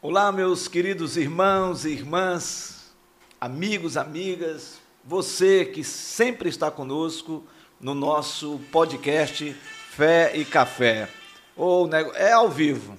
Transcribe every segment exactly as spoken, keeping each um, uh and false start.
Olá, meus queridos irmãos e irmãs, amigos, amigas, você que sempre está conosco no nosso podcast Fé e Café. Ou é ao vivo,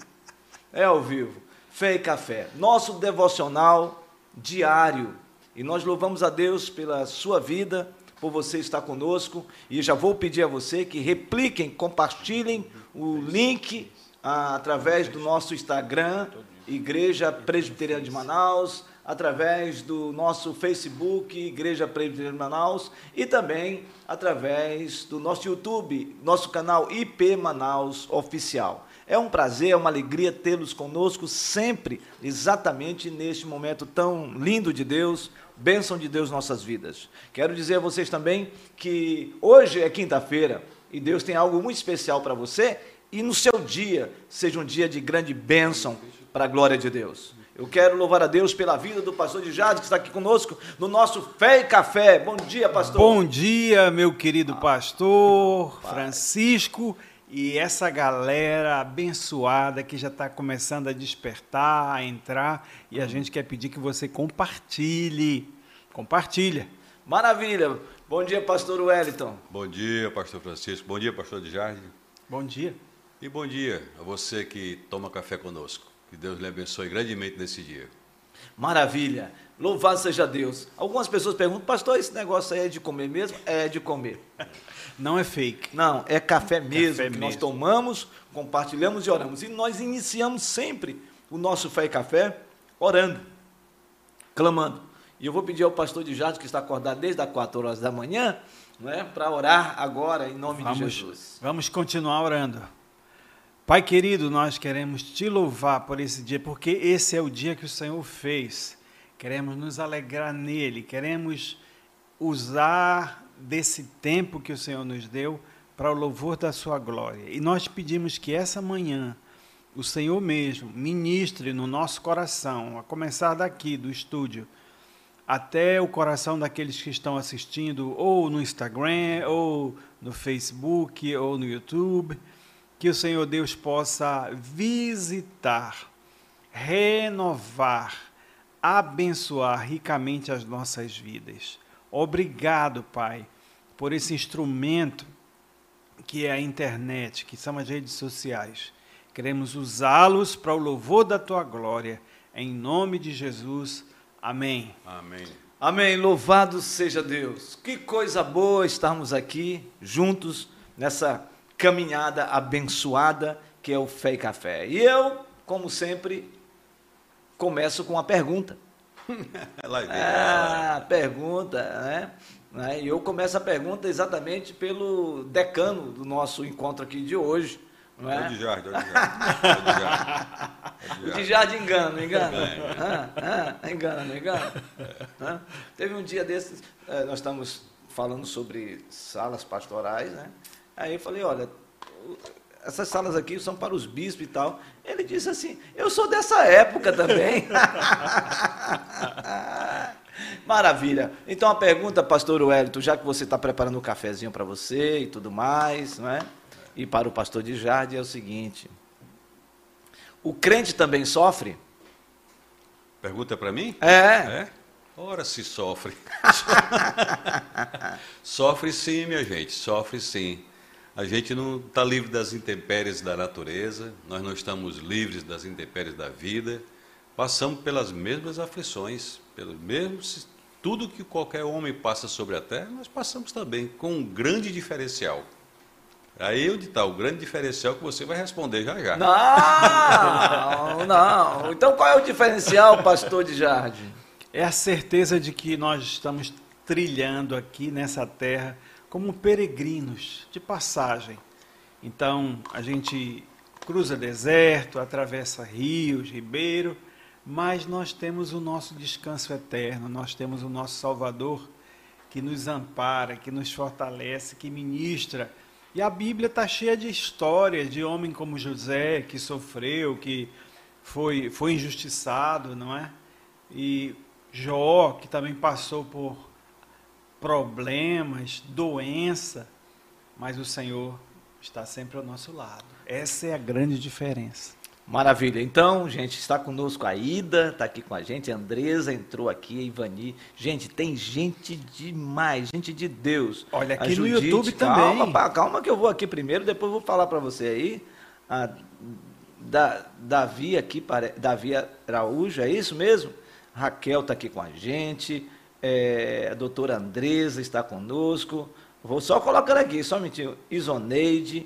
é ao vivo, Fé e Café, nosso devocional diário. E nós louvamos a Deus pela sua vida, por você estar conosco. E já vou pedir a você que repliquem, compartilhem o link ah, através do nosso Instagram, Igreja Presbiteriana de Manaus, através do nosso Facebook, Igreja Presbiteriana de Manaus, e também através do nosso YouTube, nosso canal I P Manaus Oficial. É um prazer, é uma alegria tê-los conosco sempre, exatamente neste momento tão lindo de Deus, bênção de Deus em nossas vidas. Quero dizer a vocês também que hoje é quinta-feira e Deus tem algo muito especial para você, e no seu dia seja um dia de grande bênção para a glória de Deus. Eu quero louvar a Deus pela vida do pastor Djalma, que está aqui conosco no nosso Fé e Café. Bom dia, pastor. Bom dia, meu querido pastor ah, Francisco e essa galera abençoada que já está começando a despertar, a entrar, e a gente quer pedir que você compartilhe. Compartilha. Maravilha. Bom dia, pastor Wellington. Bom dia, pastor Francisco. Bom dia, pastor Djalma. Bom dia. E bom dia a você que toma café conosco. Que Deus lhe abençoe grandemente nesse dia. Maravilha. Louvado seja Deus. Algumas pessoas perguntam, pastor, esse negócio aí é de comer mesmo? É de comer. Não é fake. Não, é café mesmo, café que mesmo. Nós tomamos, compartilhamos e oramos. E nós iniciamos sempre o nosso Fé e Café orando, clamando. E eu vou pedir ao pastor Djalma, que está acordado desde as quatro horas da manhã, né, para orar agora em nome vamos, de Jesus. Vamos continuar orando. Pai querido, nós queremos te louvar por esse dia, porque esse é o dia que o Senhor fez. Queremos nos alegrar nele, queremos usar desse tempo que o Senhor nos deu para o louvor da sua glória. E nós pedimos que essa manhã o Senhor mesmo ministre no nosso coração, a começar daqui do estúdio, até o coração daqueles que estão assistindo ou no Instagram, ou no Facebook, ou no YouTube, que o Senhor Deus possa visitar, renovar, abençoar ricamente as nossas vidas. Obrigado, Pai, por esse instrumento que é a internet, que são as redes sociais. Queremos usá-los para o louvor da Tua glória. Em nome de Jesus, amém. Amém. Amém. Louvado seja Deus. Que coisa boa estarmos aqui juntos nessa caminhada abençoada que é o Fé e Café. E eu, como sempre, começo com uma pergunta. ah, pergunta, né? E eu começo a pergunta exatamente pelo decano do nosso encontro aqui de hoje. Não é? O Djalma, o Djalma engana, não engana? ah, ah, engana, não engana? Ah, teve um dia desses, nós estamos falando sobre salas pastorais, né? Aí eu falei, olha, essas salas aqui são para os bispos e tal. Ele disse assim, eu sou dessa época também. Maravilha. Então a pergunta, pastor Wellington, já que você está preparando um cafezinho para você e tudo mais, não é? E para o pastor Djalma é o seguinte, o crente também sofre? Pergunta para mim? É. É? Ora, se sofre. Sofre sim, minha gente, sofre sim. A gente não está livre das intempéries da natureza, nós não estamos livres das intempéries da vida, passamos pelas mesmas aflições, pelos mesmos, tudo que qualquer homem passa sobre a terra, nós passamos também, com um grande diferencial. Aí onde está o grande diferencial que você vai responder já já. Não, não. Então qual é o diferencial, pastor Djalma? É a certeza de que nós estamos trilhando aqui nessa terra como peregrinos de passagem. Então, a gente cruza deserto, atravessa rios, ribeiro, mas nós temos o nosso descanso eterno, nós temos o nosso Salvador que nos ampara, que nos fortalece, que ministra. E a Bíblia está cheia de histórias de homem como José, que sofreu, que foi, foi injustiçado, não é? E Jó, que também passou por problemas, doença, mas o Senhor está sempre ao nosso lado. Essa é a grande diferença. Maravilha. Então, gente, está conosco a Ida, está aqui com a gente, a Andresa entrou aqui, a Ivani. Gente, tem gente demais, gente de Deus. Olha, aqui a no Judite, YouTube calma, também. Calma, calma que eu vou aqui primeiro, depois eu vou falar para você aí. A da, Davi aqui, pare- Davi Araújo, é isso mesmo? Raquel está aqui com a gente, é, a doutora Andresa está conosco. Vou só colocando aqui, só um minutinho. Isoneide,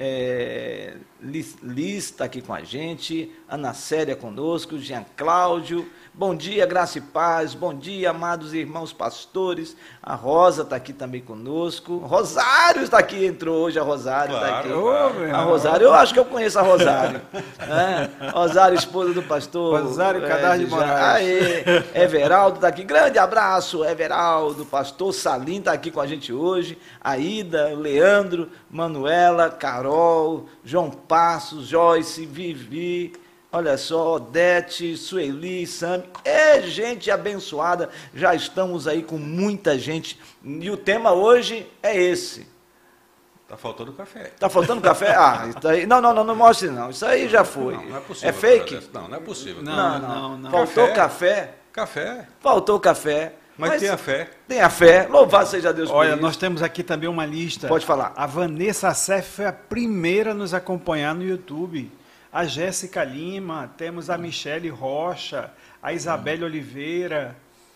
é, Liz está aqui com a gente, Ana Célia conosco, Jean Cláudio, bom dia, graça e paz, bom dia, amados irmãos pastores, a Rosa está aqui também conosco, Rosário está aqui, entrou hoje, a Rosário está Claro, aqui, claro. a Rosário, eu acho que eu conheço a Rosário, né? Rosário, esposa do pastor Rosário Cadar de já- Moraes. Aê, Everaldo está aqui, grande abraço, Everaldo, pastor Salim está aqui com a gente hoje, a Ida, Leandro, Manuela, Carol, João Passos, Joyce, Vivi, olha só, Odete, Sueli, Sami, é gente abençoada, já estamos aí com muita gente, e o tema hoje é esse. Tá faltando café. Tá faltando café? Ah, isso aí, não, não, não, não mostre não, isso aí já foi. Não, não é possível. É fake? Dessa- Não, não é possível. Não. Não, não, não. Faltou Café? café? Café. Faltou café. Mas, tem a fé. Tem a fé, louvado seja Deus por Olha, isso. nós temos aqui também uma lista. Pode falar. A Vanessa Assef foi a primeira a nos acompanhar no YouTube. A Jéssica Lima, temos a Michele Rocha, a Isabelle Oliveira,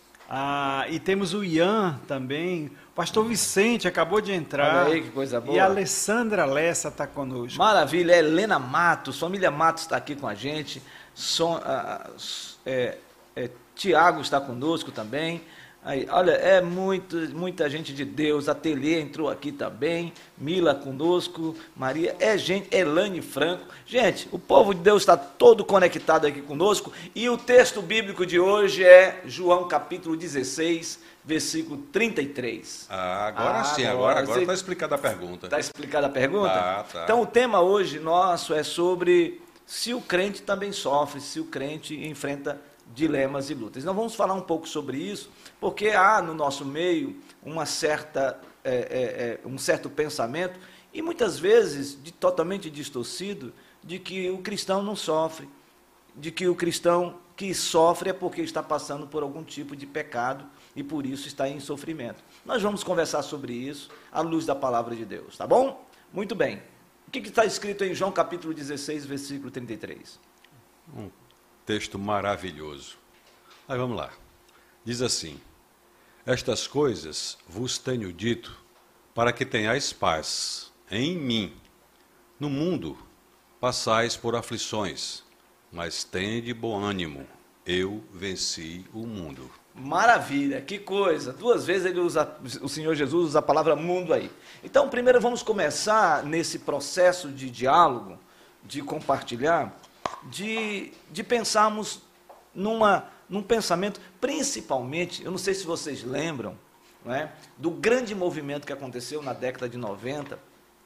a- e temos o Ian também. O pastor Vicente acabou de entrar. Olha aí, que coisa boa. E a Alessandra Lessa está conosco. Maravilha, Helena Matos, família Matos está aqui com a gente, Son, ah, é, é, Tiago está conosco também. Aí, olha, é muito, muita gente de Deus, a Telê entrou aqui também, Mila conosco, Maria, é gente, Elane Franco. Gente, o povo de Deus está todo conectado aqui conosco, e o texto bíblico de hoje é João capítulo dezesseis, versículo trinta e três. Ah, agora Ah, sim, agora agora agora você- está explicada a pergunta. Está explicada a pergunta? Tá, tá. Então, o tema hoje nosso é sobre se o crente também sofre, se o crente enfrenta dilemas e lutas. Nós vamos falar um pouco sobre isso, porque há no nosso meio uma certa, é, é, é, um certo pensamento, e muitas vezes de, totalmente distorcido, de que o cristão não sofre, de que o cristão que sofre é porque está passando por algum tipo de pecado e por isso está em sofrimento. Nós vamos conversar sobre isso à luz da palavra de Deus, tá bom? Muito bem. O que que está escrito em João capítulo dezesseis, versículo trinta e três? Um texto maravilhoso. Aí vamos lá. Diz assim: estas coisas vos tenho dito para que tenhais paz em mim. No mundo passais por aflições, mas tende bom ânimo. Eu venci o mundo. Maravilha, que coisa. Duas vezes ele usa, o Senhor Jesus usa a palavra mundo aí. Então, primeiro vamos começar nesse processo de diálogo, de compartilhar, de, de pensarmos numa, num pensamento, principalmente, eu não sei se vocês lembram, não é, do grande movimento que aconteceu na década de noventa,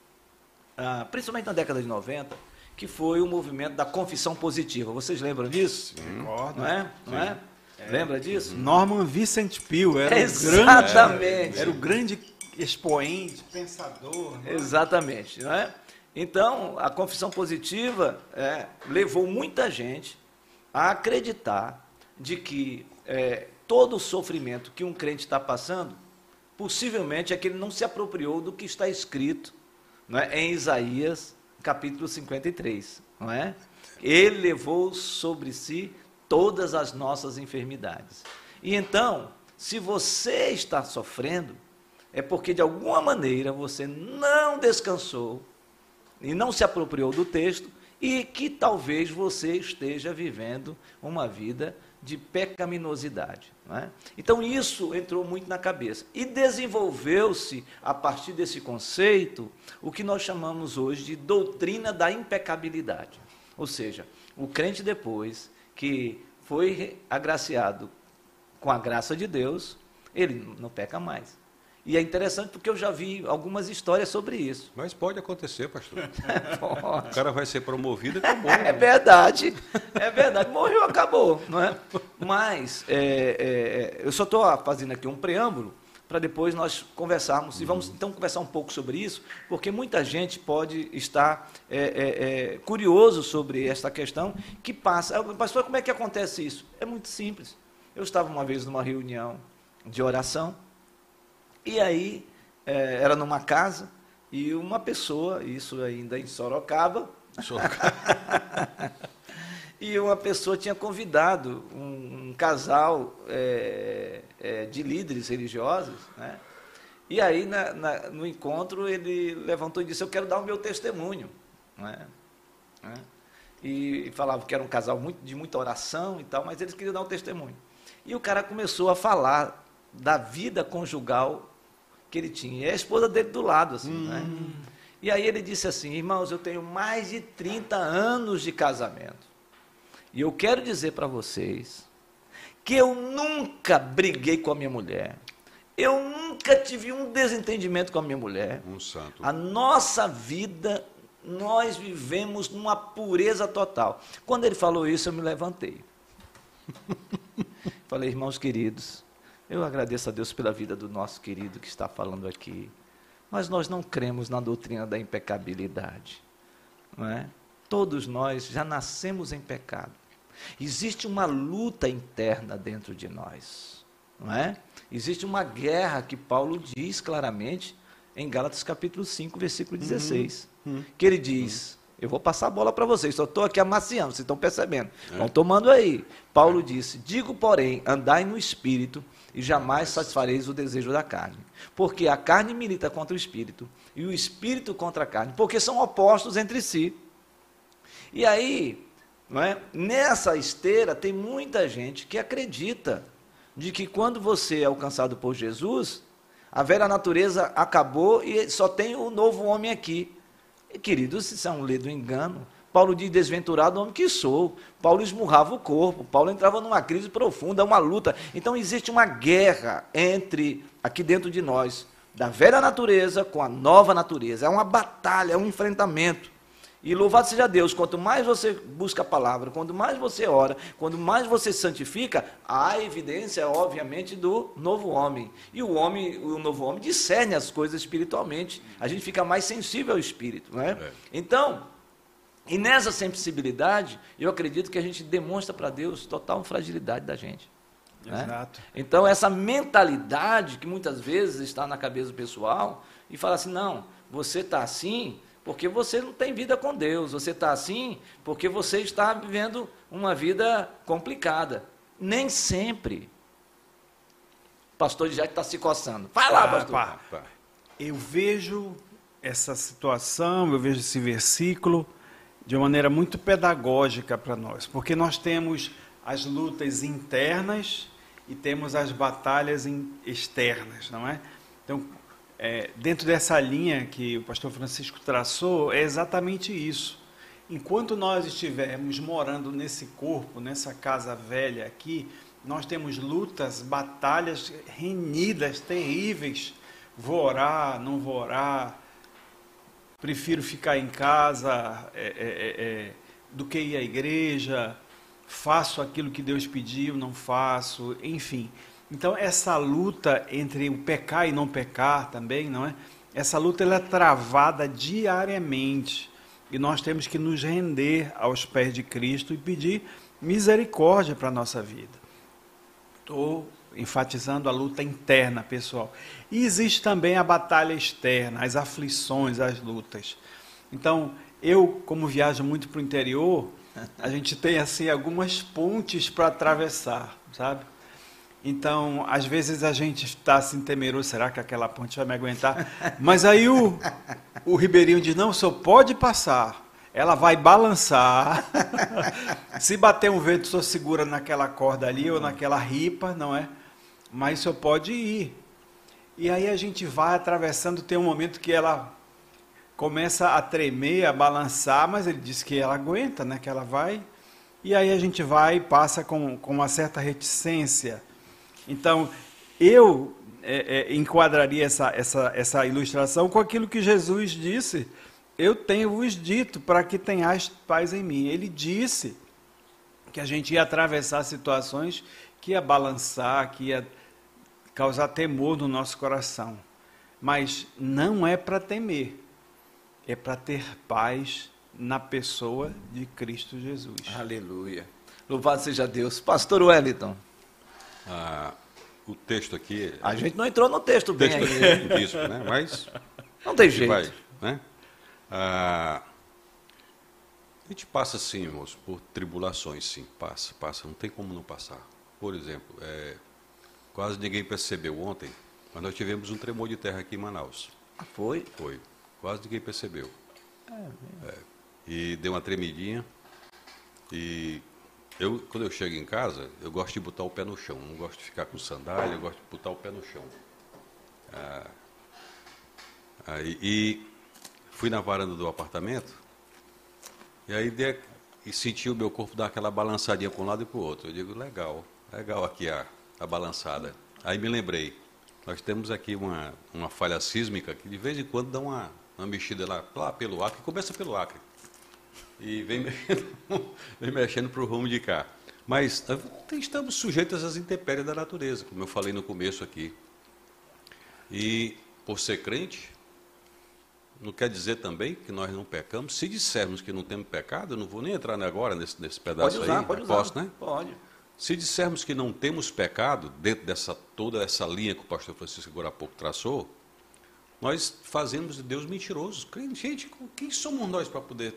ah, principalmente na década de noventa, que foi o movimento da confissão positiva. Vocês lembram disso? Recordo. Não é? Não é? Lembra disso? Norman Vincent Peale era, o Exatamente. grande, era o grande expoente, pensador. né? Exatamente, não é? Então, a confissão positiva é, levou muita gente a acreditar de que é, todo o sofrimento que um crente está passando, possivelmente é que ele não se apropriou do que está escrito, não é, em Isaías, capítulo cinquenta e três, não é? Ele levou sobre si todas as nossas enfermidades. E então, se você está sofrendo, é porque de alguma maneira você não descansou e não se apropriou do texto, e que talvez você esteja vivendo uma vida de pecaminosidade. Não é? Então isso entrou muito na cabeça. E desenvolveu-se, a partir desse conceito, o que nós chamamos hoje de doutrina da impecabilidade. Ou seja, o crente depois que foi agraciado com a graça de Deus, ele não peca mais. E é interessante porque eu já vi algumas histórias sobre isso. Mas pode acontecer, pastor. Pode. O cara vai ser promovido e acabou. É verdade, é verdade, morreu, acabou, não é? Mas, é, é, eu só estou fazendo aqui um preâmbulo para depois nós conversarmos. E vamos então conversar um pouco sobre isso, porque muita gente pode estar é, é, é, curioso sobre esta questão que passa. Pastor, como é que acontece isso? É muito simples. Eu estava uma vez numa reunião de oração, e aí é, era numa casa, e uma pessoa, isso ainda em Sorocaba, Sorocaba. e uma pessoa tinha convidado um, um casal é, é, de líderes religiosos, né? E aí, na, na, no encontro, ele levantou e disse, eu quero dar o meu testemunho. Né? Né? E, e falava que era um casal muito, de muita oração e tal, mas eles queriam dar um testemunho. E o cara começou a falar da vida conjugal que ele tinha. E a esposa dele do lado, assim, hum. né? E aí ele disse assim, irmãos, eu tenho mais de trinta anos de casamento. E eu quero dizer para vocês que eu nunca briguei com a minha mulher. Eu nunca tive um desentendimento com a minha mulher. Um santo. A nossa vida, nós vivemos numa pureza total. Quando ele falou isso, eu me levantei. Falei, irmãos queridos, eu agradeço a Deus pela vida do nosso querido que está falando aqui. Mas nós não cremos na doutrina da impecabilidade. Não é? Todos nós já nascemos em pecado. Existe uma luta interna dentro de nós, não é? Existe uma guerra que Paulo diz claramente em Gálatas capítulo cinco, versículo dezesseis, uhum. Uhum. que ele diz, uhum. eu vou passar a bola para vocês, só estou aqui amaciando, vocês estão percebendo, é. Vão tomando aí. Paulo é. disse, digo porém, andai no Espírito e jamais satisfareis o desejo da carne, porque a carne milita contra o Espírito e o Espírito contra a carne, porque são opostos entre si. E aí, não é? Nessa esteira tem muita gente que acredita de que quando você é alcançado por Jesus, a velha natureza acabou e só tem o novo homem aqui. E, queridos, isso é um ledo engano. Paulo diz, desventurado homem que sou. Paulo esmurrava o corpo, Paulo entrava numa crise profunda, uma luta. Então existe uma guerra entre, aqui dentro de nós, da velha natureza com a nova natureza. É uma batalha, é um enfrentamento. E louvado seja Deus, quanto mais você busca a palavra, quanto mais você ora, quanto mais você santifica, há evidência, obviamente, do novo homem. E o homem, o novo homem discerne as coisas espiritualmente. A gente fica mais sensível ao espírito, não é? É. Então, e nessa sensibilidade, eu acredito que a gente demonstra para Deus total fragilidade da gente. Exato. Né? Então, essa mentalidade que muitas vezes está na cabeça do pessoal, e fala assim, não, você está assim porque você não tem vida com Deus, você está assim porque você está vivendo uma vida complicada. Nem sempre. O pastor já está se coçando. Vai lá, pastor. Ah, pá. Eu vejo essa situação, eu vejo esse versículo de uma maneira muito pedagógica para nós, porque nós temos as lutas internas e temos as batalhas externas, não é? Então, É, dentro dessa linha que o pastor Francisco traçou, é exatamente isso. Enquanto nós estivermos morando nesse corpo, nessa casa velha aqui, nós temos lutas, batalhas renhidas, terríveis. Vou orar, não vou orar, prefiro ficar em casa é, é, é, do que ir à igreja, faço aquilo que Deus pediu, não faço, enfim. Então, essa luta entre o pecar e não pecar também, não é? Essa luta ela é travada diariamente. E nós temos que nos render aos pés de Cristo e pedir misericórdia para a nossa vida. Estou enfatizando a luta interna, pessoal. E existe também a batalha externa, as aflições, as lutas. Então, eu, como viajo muito para o interior, a gente tem assim algumas pontes para atravessar, sabe? Então, às vezes a gente está assim temeroso, será que aquela ponte vai me aguentar? Mas aí o, o ribeirinho diz, não, o senhor pode passar, ela vai balançar, se bater um vento, o senhor segura naquela corda ali ou naquela ripa, não é? Mas o senhor pode ir. E aí a gente vai atravessando, tem um momento que ela começa a tremer, a balançar, mas ele diz que ela aguenta, né? Que ela vai, e aí a gente vai e passa com, com uma certa reticência. Então, eu é, é, enquadraria essa, essa, essa ilustração com aquilo que Jesus disse, eu tenho-vos dito para que tenhais paz em mim. Ele disse que a gente ia atravessar situações que ia balançar, que ia causar temor no nosso coração. Mas não é para temer, é para ter paz na pessoa de Cristo Jesus. Aleluia. Louvado seja Deus. Pastor Wellington. Ah, o texto aqui... A gente não entrou no texto bem texto ainda. é bispo, né? Mas... Não tem jeito. Vai, né? Ah, a gente passa, sim, irmãos, por tribulações, sim. Passa, passa. Não tem como não passar. Por exemplo, é, quase ninguém percebeu ontem, mas nós tivemos um tremor de terra aqui em Manaus. Ah, foi? Foi. Quase ninguém percebeu. É, e deu uma tremidinha. E eu, quando eu chego em casa, eu gosto de botar o pé no chão. Não gosto de ficar com sandália, eu gosto de botar o pé no chão. Ah, aí, e fui na varanda do apartamento, e aí de, e senti o meu corpo dar aquela balançadinha para um lado e para o outro. Eu digo, legal, legal aqui a, a balançada. Aí me lembrei, nós temos aqui uma, uma falha sísmica que de vez em quando dá uma, uma mexida lá, lá pelo Acre, começa pelo Acre. E vem mexendo, vem mexendo para o rumo de cá. Mas estamos sujeitos às intempéries da natureza, como eu falei no começo aqui. E por ser crente, não quer dizer também que nós não pecamos. Se dissermos que não temos pecado, eu não vou nem entrar agora nesse, nesse pedaço pode usar, aí. Pode usar, Posso, né? Pode. Se dissermos que não temos pecado, dentro dessa toda essa linha que o pastor Francisco agora há pouco traçou, nós fazemos de Deus mentiroso. Gente, quem somos nós para poder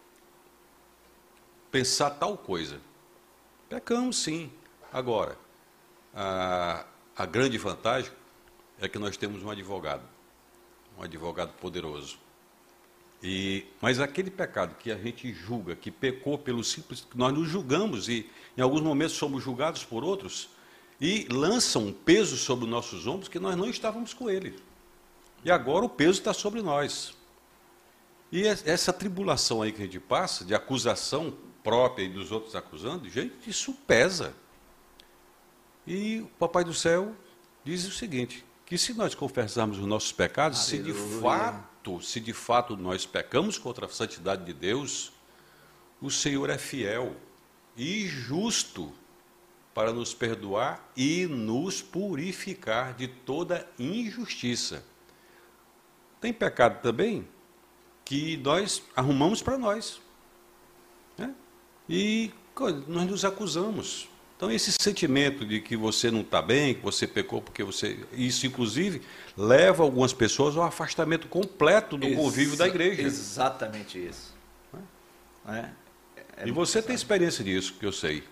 pensar tal coisa? Pecamos, sim. Agora, a, a grande vantagem é que nós temos um advogado, um advogado poderoso. E, mas aquele pecado que a gente julga, que pecou pelo simples, nós nos julgamos e em alguns momentos somos julgados por outros e lançam um peso sobre os nossos ombros que nós não estávamos com ele. E agora o peso está sobre nós. E essa tribulação aí que a gente passa, de acusação própria e dos outros acusando, gente, isso pesa. E o Papai do Céu diz o seguinte, que se nós confessarmos os nossos pecados, se de fato, se de fato nós pecamos contra a santidade de Deus, o Senhor é fiel e justo para nos perdoar e nos purificar de toda injustiça. Tem pecado também que nós arrumamos para nós, né? E nós nos acusamos. Então, esse sentimento de que você não está bem, que você pecou porque você... Isso, inclusive, leva algumas pessoas ao afastamento completo do Ex convívio da igreja. Exatamente isso. É? É, é e você tem experiência disso, que eu sei.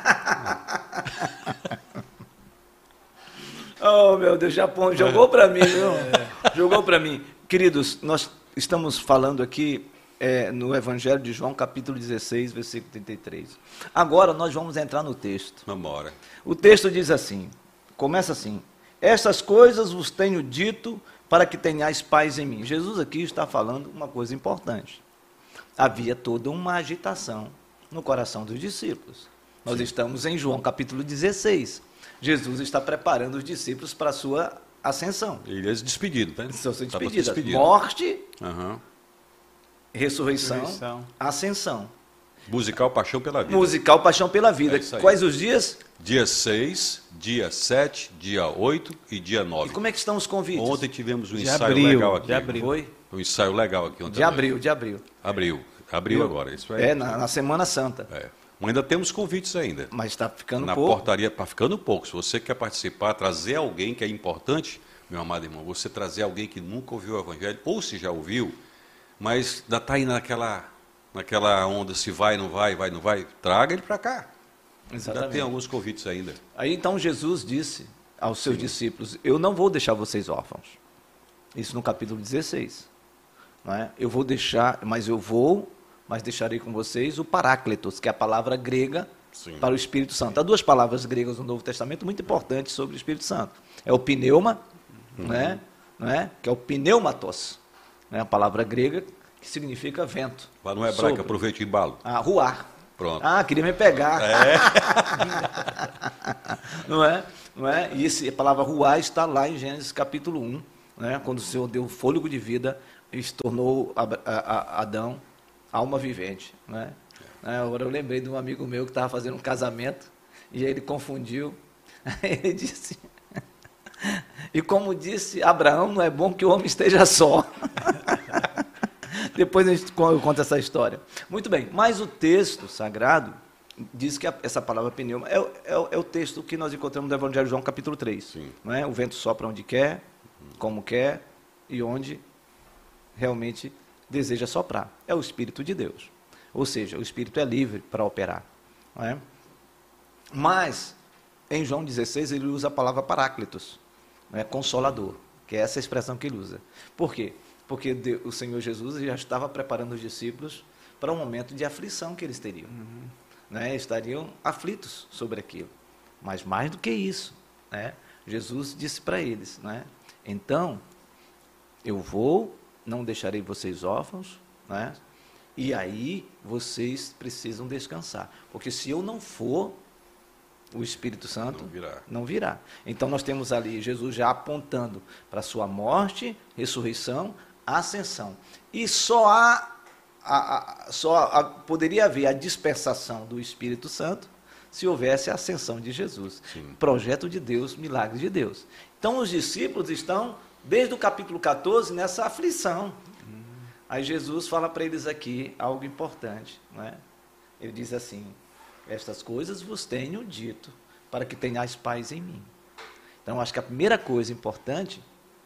Oh, meu Deus, Japão, jogou para mim, viu? É. Jogou para mim. Queridos, nós estamos falando aqui é, no Evangelho de João, capítulo dezesseis, versículo trinta e três. Agora nós vamos entrar no texto. Vamos embora. O texto diz assim, começa assim, estas coisas vos tenho dito para que tenhais paz em mim. Jesus aqui está falando uma coisa importante. Havia toda uma agitação no coração dos discípulos. Nós Sim. estamos em João, capítulo dezesseis. Jesus está preparando os discípulos para a sua ascensão. Eles despedidos, né? Estão sendo despedidos. Morte, uhum. ressurreição, ressurreição, ascensão. Musical Paixão pela Vida. Musical Paixão pela Vida. É Quais os dias? Dia seis, dia sete, dia oito e dia nove. E como é que estão os convites? Ontem tivemos um de ensaio abril, legal aqui. De abril. Foi? Um ensaio legal aqui ontem. De abril, de abril. Abril. Abril agora. Isso é, é na, na Semana Santa. É. Mas ainda temos convites ainda. Mas está ficando na pouco. Na portaria está ficando pouco. Se você quer participar, trazer alguém que é importante, meu amado irmão, você trazer alguém que nunca ouviu o Evangelho, ou se já ouviu, mas ainda está aí naquela, naquela onda, se vai, não vai, vai, não vai, traga ele para cá. Exatamente. Ainda tem alguns convites ainda. Aí então Jesus disse aos seus Sim. discípulos, eu não vou deixar vocês órfãos. Isso no capítulo dezesseis. Não é? Eu vou deixar, mas eu vou, mas deixarei com vocês o Paráclitos, que é a palavra grega Sim. para o Espírito Santo. Há duas palavras gregas no Novo Testamento muito importantes sobre o Espírito Santo. É o pneuma, uhum. né? Não é? Que é o pneumatos, né? A palavra grega que significa vento. Mas não é hebraico, aproveite o embalo. Ah, ruar. Pronto. Ah, queria me pegar. É. não é? Não é? E esse, a palavra ruar está lá em Gênesis capítulo um, né? Quando o Senhor deu fôlego de vida e se tornou a, a, a Adão alma vivente. Né? É. Agora eu lembrei de um amigo meu que estava fazendo um casamento e ele confundiu. Ele disse, E como disse Abraão, não é bom que o homem esteja só. Depois a gente conta essa história. Muito bem, mas o texto sagrado diz que a, essa palavra pneuma é, é, é o texto que nós encontramos no Evangelho de João, capítulo três. Sim. Não é? O vento sopra onde quer, como quer e onde realmente deseja soprar. É o Espírito de Deus. Ou seja, o Espírito é livre para operar. Não é? Mas, em João dezesseis, ele usa a palavra paráclitos, não é? Consolador, que é essa expressão que ele usa. Por quê? Porque o Senhor Jesus já estava preparando os discípulos para um momento de aflição que eles teriam. Uhum. Né? Estariam aflitos sobre aquilo. Mas mais do que isso, né? Jesus disse para eles, né? Então, eu vou, não deixarei vocês órfãos, né? E aí vocês precisam descansar. Porque se eu não for, o Espírito Santo não virá. não virá. Então nós temos ali Jesus já apontando para a sua morte, ressurreição, ascensão. E só há, a, a, só a, poderia haver a dispersação do Espírito Santo se houvesse a ascensão de Jesus. Sim. Projeto de Deus, milagre de Deus. Então os discípulos estão, desde o capítulo catorze, nessa aflição. Hum. Aí Jesus fala para eles aqui algo importante. Não é? Ele diz assim: estas coisas vos tenho dito, para que tenhais paz em mim. Então acho que a primeira coisa importante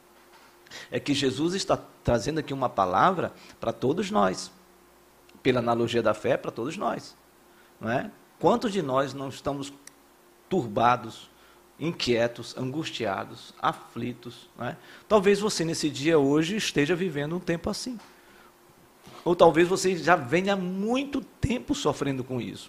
é que Jesus está trazendo aqui uma palavra para todos nós, pela analogia da fé, para todos nós. Não é? Quantos de nós não estamos turbados, inquietos, angustiados, aflitos? Não é? Talvez você nesse dia hoje esteja vivendo um tempo assim. Ou talvez você já venha há muito tempo sofrendo com isso.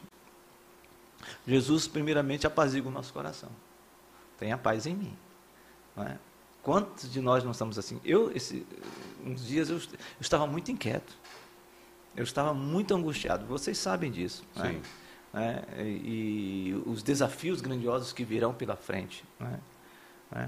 Jesus primeiramente apazigua o nosso coração. Tenha paz em mim. Não é? Quantos de nós não estamos assim? Eu, esse, uns dias, eu, eu estava muito inquieto. Eu estava muito angustiado. Vocês sabem disso. Sim. Né? É, e, e os desafios grandiosos que virão pela frente. Né? É,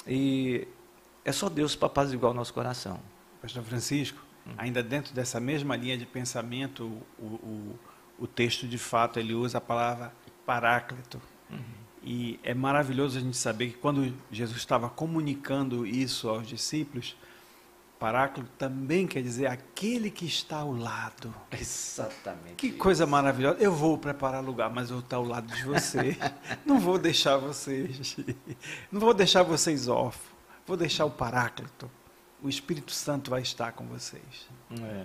e é só Deus para apaziguar o nosso coração. Pastor Francisco, hum. ainda dentro dessa mesma linha de pensamento, o, o, o texto, de fato, ele usa a palavra paráclito. Uhum. E é maravilhoso a gente saber que quando Jesus estava comunicando isso aos discípulos, paráclito também quer dizer aquele que está ao lado. Exatamente. Que isso. Coisa maravilhosa. Eu vou preparar lugar, mas eu vou estar ao lado de vocês. Não vou deixar vocês. Não vou deixar vocês órfãos. Vou deixar o paráclito. O Espírito Santo vai estar com vocês. É.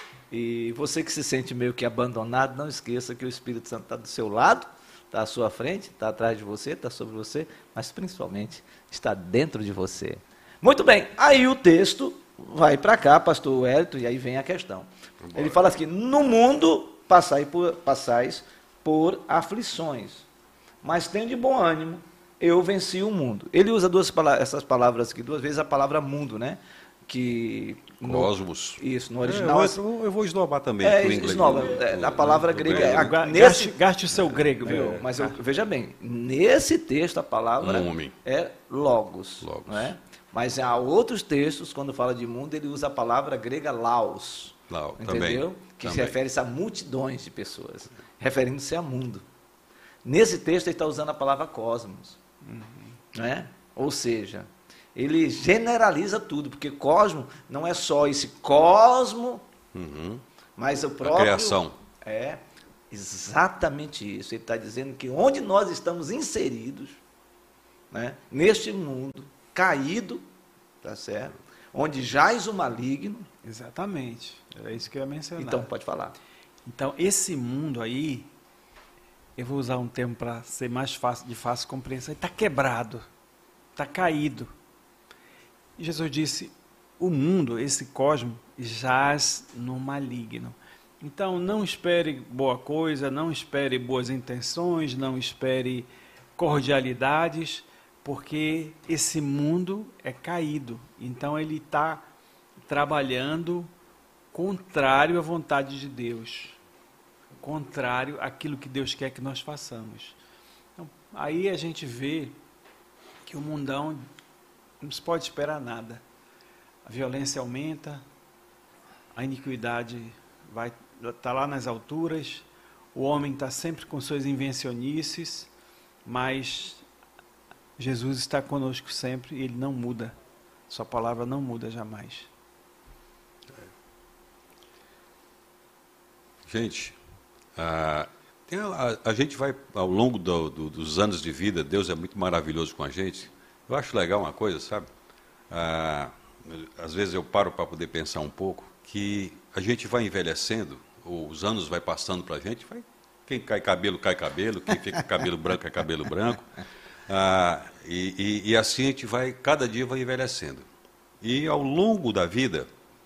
E você que se sente meio que abandonado, não esqueça que o Espírito Santo está do seu lado, está à sua frente, está atrás de você, está sobre você, mas principalmente está dentro de você. Muito bem, aí o texto vai para cá, pastor Wellington, e aí vem a questão. Vambora. Ele fala assim: no mundo passai por, passais por aflições, mas tem de bom ânimo, eu venci o mundo. Ele usa duas palavras, essas palavras aqui, duas vezes a palavra mundo, né? Que no, Cosmos. Isso, no original. É, eu, eu vou esnobar também. É, o inglês, esnoba, do, é, do, a palavra grega. É, a, nesse, gaste, gaste o seu grego, viu? É, mas eu, veja bem, nesse texto a palavra um é logos. logos. Não é? Mas há outros textos, quando fala de mundo, ele usa a palavra grega laos. Lau, entendeu? também, que também. se refere-se a multidões de pessoas, referindo-se a mundo. Nesse texto ele está usando a palavra cosmos. Uhum. Não é? Ou seja, ele generaliza tudo, porque cosmo não é só esse cosmo, uhum. mas o próprio... A criação. É, exatamente isso. Ele está dizendo que onde nós estamos inseridos, né, neste mundo caído, tá certo? Onde jaz o maligno. Exatamente, era isso que eu ia mencionar. Então, pode falar. Então, esse mundo aí, eu vou usar um termo para ser mais fácil, de fácil compreensão, está quebrado, está caído. E Jesus disse, o mundo, esse cosmo, jaz no maligno. Então, não espere boa coisa, não espere boas intenções, não espere cordialidades, porque esse mundo é caído. Então, ele está trabalhando contrário à vontade de Deus, contrário àquilo que Deus quer que nós façamos. Então, aí a gente vê que o mundão não se pode esperar nada. A violência aumenta, a iniquidade vai tá lá nas alturas, o homem está sempre com suas invencionices, mas Jesus está conosco sempre e Ele não muda. Sua palavra não muda jamais. Gente, a, tem a, a gente vai, ao longo do, do, dos anos de vida, Deus é muito maravilhoso com a gente. Eu acho legal uma coisa, sabe? Ah, às vezes eu paro para poder pensar um pouco, que a gente vai envelhecendo, os anos vai passando para a gente, vai, quem cai cabelo, cai cabelo, quem fica cabelo branco, é cabelo branco. Ah, e, e, e assim a gente vai, cada dia vai envelhecendo. E ao longo da vida,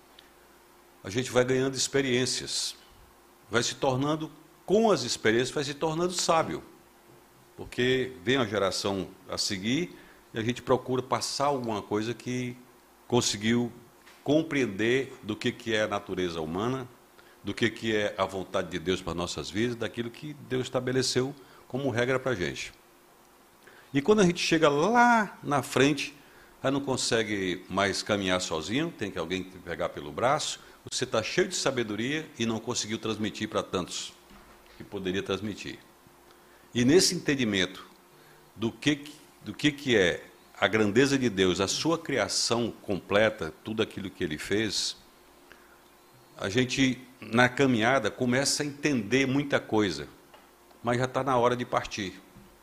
a gente vai ganhando experiências, vai se tornando, com as experiências, vai se tornando sábio. Porque vem a geração a seguir e a gente procura passar alguma coisa que conseguiu compreender do que, que é a natureza humana, do que, que é a vontade de Deus para as nossas vidas, daquilo que Deus estabeleceu como regra para a gente. E quando a gente chega lá na frente, aí não consegue mais caminhar sozinho, tem que alguém te pegar pelo braço, você está cheio de sabedoria e não conseguiu transmitir para tantos que poderia transmitir. E nesse entendimento do que, do que, que é a grandeza de Deus, a sua criação completa, tudo aquilo que Ele fez, a gente, na caminhada, começa a entender muita coisa, mas já está na hora de partir.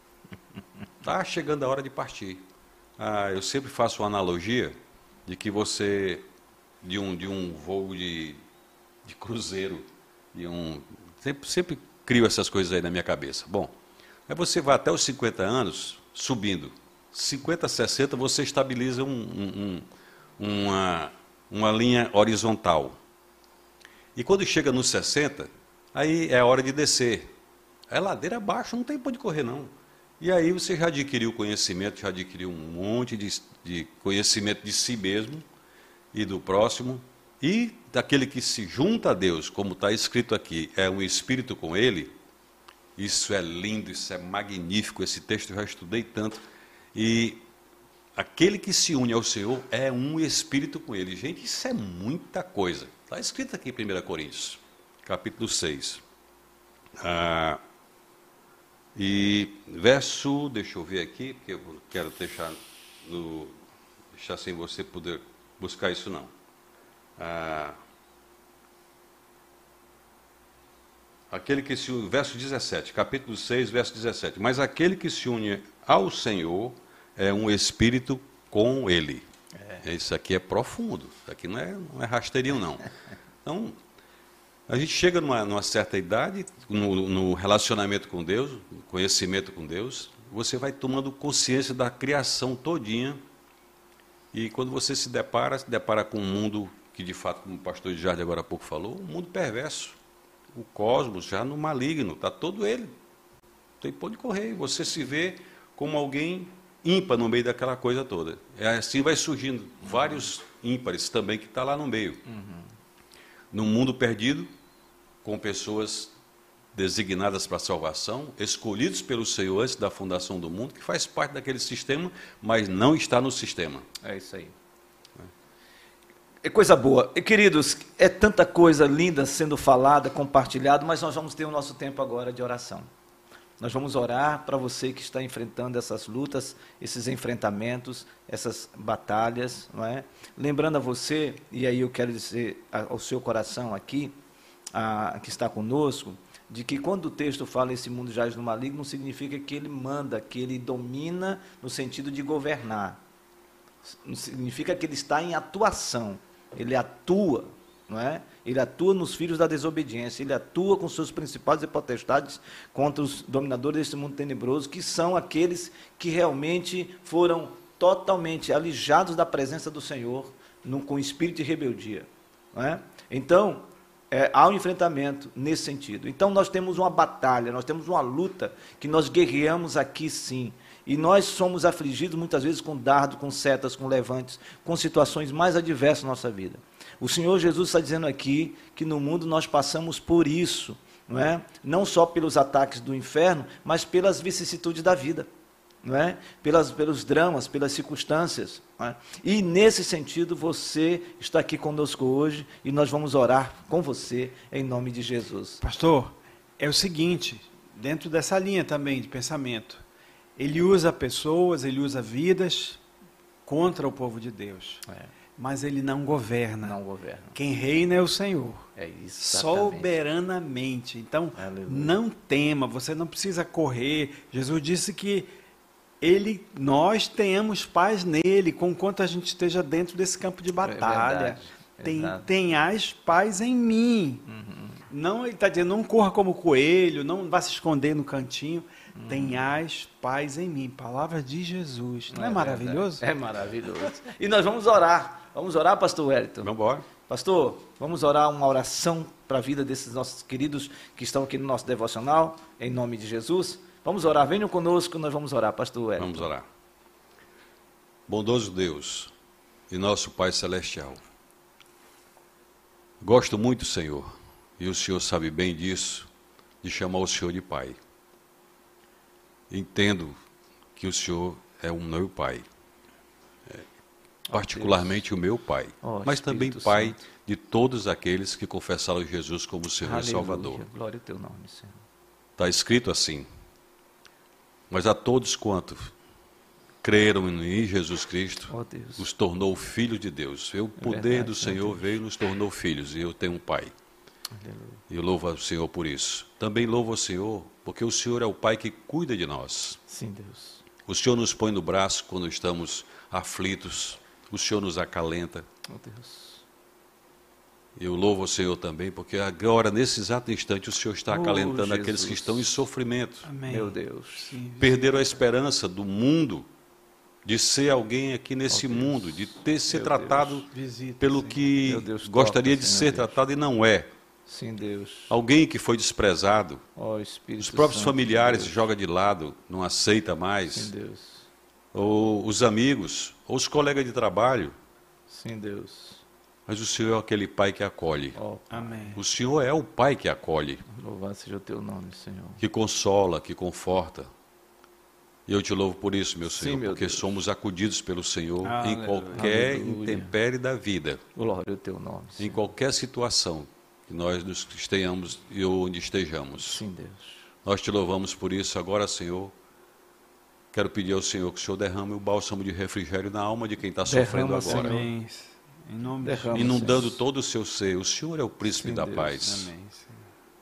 Está chegando a hora de partir. Ah, eu sempre faço uma analogia de que você, de um, de um voo de, de cruzeiro, de um, sempre, sempre crio essas coisas aí na minha cabeça. Bom, aí você vai até os cinquenta anos subindo. cinquenta, sessenta, você estabiliza um, um, um, uma, uma linha horizontal. E quando chega nos sessenta, aí é a hora de descer. É ladeira abaixo, não tem para onde correr, não. E aí você já adquiriu conhecimento, já adquiriu um monte de, de conhecimento de si mesmo e do próximo, e daquele que se junta a Deus, como está escrito aqui, é um espírito com Ele. Isso é lindo, isso é magnífico, esse texto eu já estudei tanto. E aquele que se une ao Senhor é um espírito com Ele. Gente, isso é muita coisa. Está escrito aqui em primeira Coríntios, capítulo seis. Ah, e verso, deixa eu ver aqui, porque eu quero deixar, no, deixar sem você poder buscar isso não. Ah, aquele que se une, verso dezessete, capítulo seis, verso dezessete. Mas aquele que se une ao Senhor é um espírito com Ele. É. Isso aqui é profundo, isso aqui não é, não é rasteirinho não. Então, a gente chega numa, numa certa idade, no, no relacionamento com Deus, no conhecimento com Deus, você vai tomando consciência da criação todinha, e quando você se depara, se depara com um mundo que, de fato, como o pastor Jardim agora há pouco falou, um mundo perverso. O cosmos já no maligno, está todo ele. Tem pode correr, você se vê como alguém ímpar no meio daquela coisa toda. É assim vai surgindo vários ímpares também que está lá no meio. Uhum. Num mundo perdido, com pessoas designadas para a salvação, escolhidos pelo Senhor antes da fundação do mundo, que faz parte daquele sistema, mas não está no sistema. É isso aí. É coisa boa. E, queridos, é tanta coisa linda sendo falada, compartilhada, mas nós vamos ter o nosso tempo agora de oração. Nós vamos orar para você que está enfrentando essas lutas, esses enfrentamentos, essas batalhas, não é? Lembrando a você, e aí eu quero dizer ao seu coração aqui, a, que está conosco, de que quando o texto fala esse mundo jaz no maligno, não significa que ele manda, que ele domina no sentido de governar. Não significa que ele está em atuação. Ele atua, não é? Ele atua nos filhos da desobediência, ele atua com seus principados e potestades contra os dominadores desse mundo tenebroso, que são aqueles que realmente foram totalmente alijados da presença do Senhor, num, com espírito de rebeldia. Não é? Então, é, há um enfrentamento nesse sentido. Então, nós temos uma batalha, nós temos uma luta que nós guerreamos aqui sim. E nós somos afligidos muitas vezes com dardos, com setas, com levantes, com situações mais adversas na nossa vida. O Senhor Jesus está dizendo aqui que no mundo nós passamos por isso, não é? Não só pelos ataques do inferno, mas pelas vicissitudes da vida, não é? Pelas, pelos dramas, pelas circunstâncias. Não é? E nesse sentido você está aqui conosco hoje e nós vamos orar com você em nome de Jesus. Pastor, é o seguinte, dentro dessa linha também de pensamento, Ele usa pessoas, ele usa vidas contra o povo de Deus. É. Mas ele não governa. Não governa. Quem reina é o Senhor. É isso. Exatamente. Soberanamente. Então, Aleluia. não tema, você não precisa correr. Jesus disse que ele, nós tenhamos paz nele, conquanto a gente esteja dentro desse campo de batalha. É verdade, Tem, verdade. tenhais paz em mim. Uhum. Não, ele está dizendo, não corra como coelho, não vá se esconder no cantinho. Uhum. Tenhais paz em mim. Palavras de Jesus. Não é, é maravilhoso? Verdade. É maravilhoso. E nós vamos orar. Vamos orar, pastor Wellington? Vamos embora. Pastor, vamos orar uma oração para a vida desses nossos queridos que estão aqui no nosso devocional, em nome de Jesus. Vamos orar, venham conosco, nós vamos orar, pastor Wellington. Vamos orar. Bondoso Deus e nosso Pai Celestial, gosto muito, Senhor, e o Senhor sabe bem disso, de chamar o Senhor de Pai. Entendo que o Senhor é o meu Pai, é, particularmente oh, o meu Pai, oh, mas Espírito também Pai Santo. De todos aqueles que confessaram Jesus como Senhor Aleluia. E Salvador. Glória ao teu nome, Senhor. Está escrito assim, mas a todos quantos creram em Jesus Cristo, oh, Deus. Os tornou filhos de Deus. O poder é verdade, do Senhor veio e nos tornou filhos, e eu tenho um Pai. Aleluia. E eu louvo ao Senhor por isso. Também louvo ao Senhor, porque o Senhor é o Pai que cuida de nós. Sim, Deus. O Senhor nos põe no braço quando estamos aflitos, o Senhor nos acalenta. Oh, Deus. Eu louvo ao Senhor também, porque agora, nesse exato instante, o Senhor está acalentando oh, aqueles que estão em sofrimento. Amém. Meu Deus. Sim, Perderam a esperança do mundo, de ser alguém aqui nesse oh, mundo, de ter ser Meu tratado Visita, pelo Senhor. que Meu Deus, gostaria toca, de Senhor ser Deus. tratado e não é. Sim, Deus. Alguém que foi desprezado, Oh, Espírito os próprios Santo, familiares Deus. joga de lado, não aceita Sim, mais, Deus. ou os amigos, ou os colegas de trabalho, Sim, Deus. mas o Senhor é aquele Pai que acolhe. Oh, Amém. O Senhor é o Pai que acolhe, louvado seja o teu nome, Senhor. que consola, que conforta. E eu te louvo por isso, meu Sim, Senhor, meu porque Deus. somos acudidos pelo Senhor Aleluia. em qualquer Aleluia. intempérie da vida, Glória ao teu nome, em Senhor. qualquer situação que nós nos estejamos e onde estejamos. Sim, Deus. Nós te louvamos por isso. Agora, Senhor, quero pedir ao Senhor que o Senhor derrame o bálsamo de refrigério na alma de quem está sofrendo Derrama, agora, Senhor. Amém. Em nome Derrama, de inundando Senhor. todo o seu ser. O Senhor é o príncipe Sim, da Deus. paz. Amém, Senhor.